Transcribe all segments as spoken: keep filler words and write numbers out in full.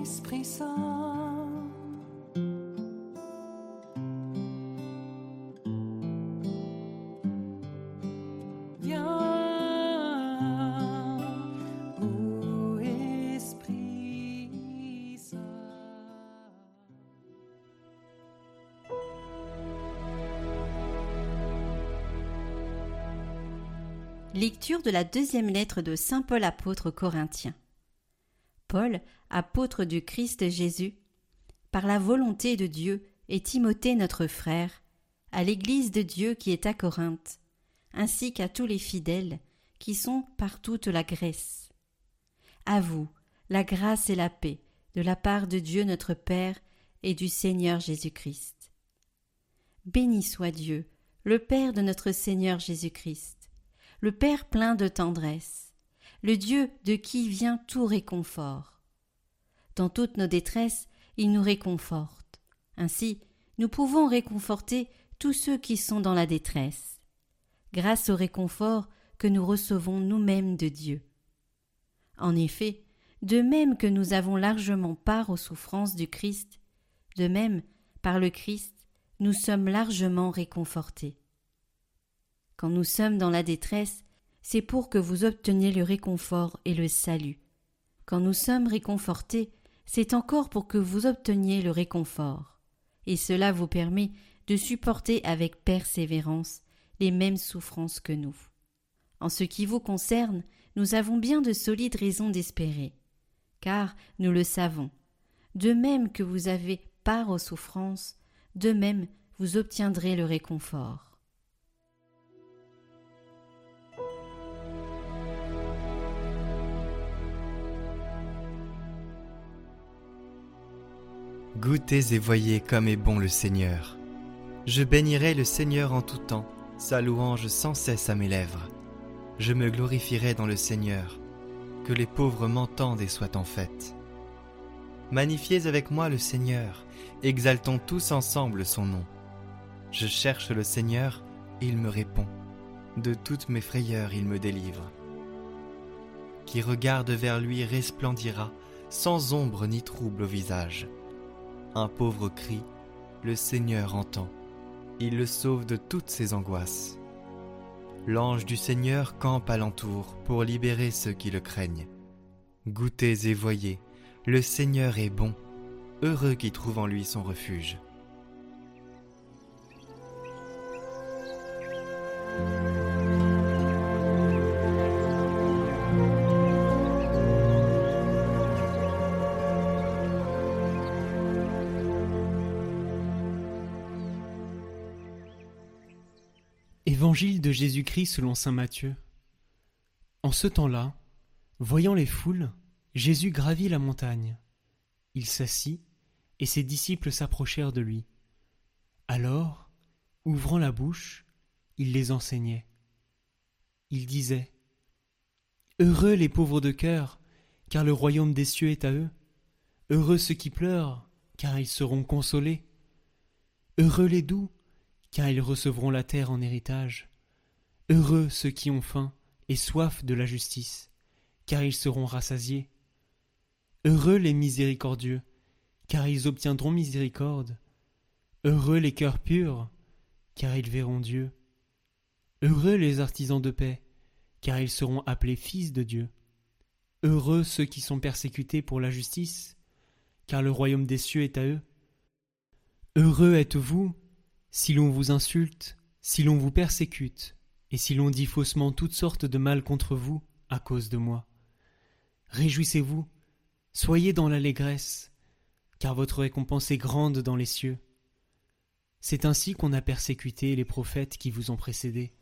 Esprit Saint. Viens, ô Esprit Saint. Lecture de la deuxième lettre de saint Paul apôtre aux Corinthiens. Paul, apôtre du Christ Jésus, par la volonté de Dieu, et Timothée notre frère, à l'Église de Dieu qui est à Corinthe, ainsi qu'à tous les fidèles qui sont par toute la Grèce. À vous, la grâce et la paix de la part de Dieu notre Père et du Seigneur Jésus-Christ. Béni soit Dieu, le Père de notre Seigneur Jésus-Christ, le Père plein de tendresse, le Dieu de qui vient tout réconfort. Dans toutes nos détresses, il nous réconforte. Ainsi, nous pouvons réconforter tous ceux qui sont dans la détresse, grâce au réconfort que nous recevons nous-mêmes de Dieu. En effet, de même que nous avons largement part aux souffrances du Christ, de même, par le Christ, nous sommes largement réconfortés. Quand nous sommes dans la détresse, c'est pour que vous obteniez le réconfort et le salut. Quand nous sommes réconfortés, c'est encore pour que vous obteniez le réconfort. Et cela vous permet de supporter avec persévérance les mêmes souffrances que nous. En ce qui vous concerne, nous avons bien de solides raisons d'espérer, car nous le savons. De même que vous avez part aux souffrances, de même vous obtiendrez le réconfort. Goûtez et voyez comme est bon le Seigneur. Je bénirai le Seigneur en tout temps, sa louange sans cesse à mes lèvres. Je me glorifierai dans le Seigneur, que les pauvres m'entendent et soient en fête. Magnifiez avec moi le Seigneur, exaltons tous ensemble son nom. Je cherche le Seigneur, il me répond. De toutes mes frayeurs il me délivre. Qui regarde vers lui resplendira, sans ombre ni trouble au visage. Un pauvre cri, le Seigneur entend. Il le sauve de toutes ses angoisses. L'ange du Seigneur campe alentour pour libérer ceux qui le craignent. Goûtez et voyez, le Seigneur est bon, heureux qui trouve en lui son refuge. Évangile de Jésus-Christ selon saint Matthieu. En ce temps-là, voyant les foules, Jésus gravit la montagne. Il s'assit, et ses disciples s'approchèrent de lui. Alors, ouvrant la bouche, il les enseignait. Il disait : « Heureux les pauvres de cœur, car le royaume des cieux est à eux. Heureux ceux qui pleurent, car ils seront consolés. Heureux les doux, car ils recevront la terre en héritage. Heureux ceux qui ont faim et soif de la justice, car ils seront rassasiés. Heureux les miséricordieux, car ils obtiendront miséricorde. Heureux les cœurs purs, car ils verront Dieu. Heureux les artisans de paix, car ils seront appelés fils de Dieu. Heureux ceux qui sont persécutés pour la justice, car le royaume des cieux est à eux. Heureux êtes-vous, si l'on vous insulte, si l'on vous persécute, et si l'on dit faussement toutes sortes de mal contre vous à cause de moi. Réjouissez-vous, soyez dans l'allégresse, car votre récompense est grande dans les cieux. C'est ainsi qu'on a persécuté les prophètes qui vous ont précédés.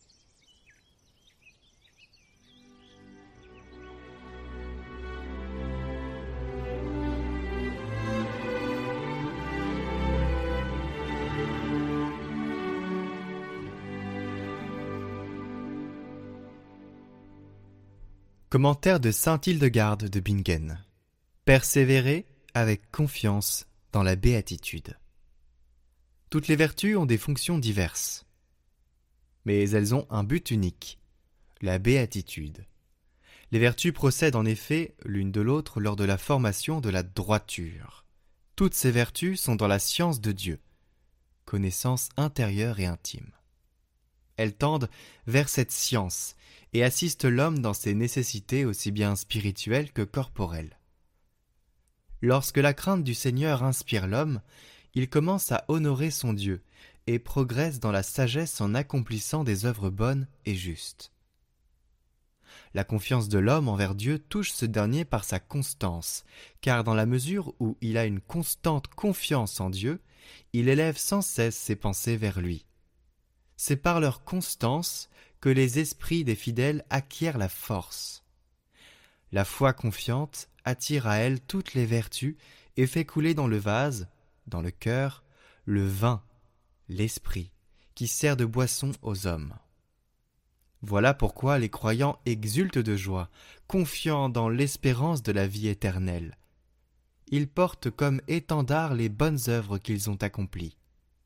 Commentaire de saint Hildegarde de Bingen. Persévérer avec confiance dans la béatitude. Toutes les vertus ont des fonctions diverses, mais elles ont un but unique, la béatitude. Les vertus procèdent en effet l'une de l'autre lors de la formation de la droiture. Toutes ces vertus sont dans la science de Dieu, connaissance intérieure et intime. Elles tendent vers cette science et assistent l'homme dans ses nécessités aussi bien spirituelles que corporelles. Lorsque la crainte du Seigneur inspire l'homme, il commence à honorer son Dieu et progresse dans la sagesse en accomplissant des œuvres bonnes et justes. La confiance de l'homme envers Dieu touche ce dernier par sa constance, car dans la mesure où il a une constante confiance en Dieu, il élève sans cesse ses pensées vers lui. C'est par leur constance que les esprits des fidèles acquièrent la force. La foi confiante attire à elle toutes les vertus et fait couler dans le vase, dans le cœur, le vin, l'esprit, qui sert de boisson aux hommes. Voilà pourquoi les croyants exultent de joie, confiants dans l'espérance de la vie éternelle. Ils portent comme étendard les bonnes œuvres qu'ils ont accomplies.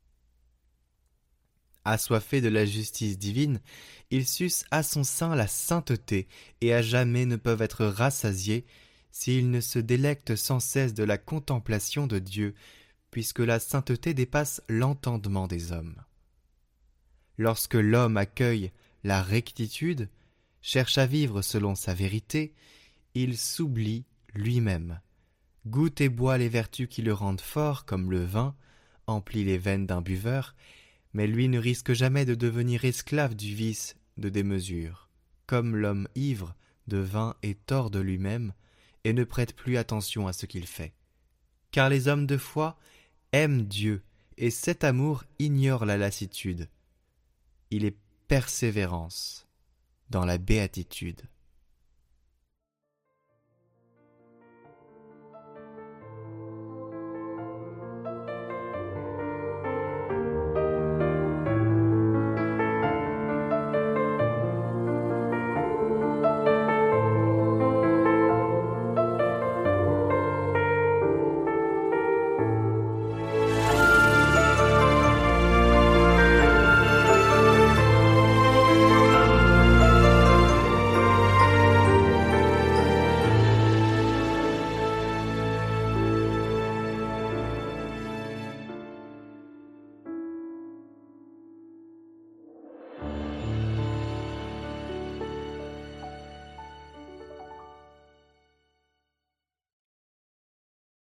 Assoiffés de la justice divine, ils sucent à son sein la sainteté et à jamais ne peuvent être rassasiés s'ils ne se délectent sans cesse de la contemplation de Dieu, puisque la sainteté dépasse l'entendement des hommes. Lorsque l'homme accueille la rectitude, cherche à vivre selon sa vérité, il s'oublie lui-même, goûte et boit les vertus qui le rendent fort comme le vin, emplit les veines d'un buveur, mais lui ne risque jamais de devenir esclave du vice de démesure, comme l'homme ivre de vin est hors de lui-même et ne prête plus attention à ce qu'il fait. Car les hommes de foi aiment Dieu, et cet amour ignore la lassitude. Il est persévérance dans la béatitude.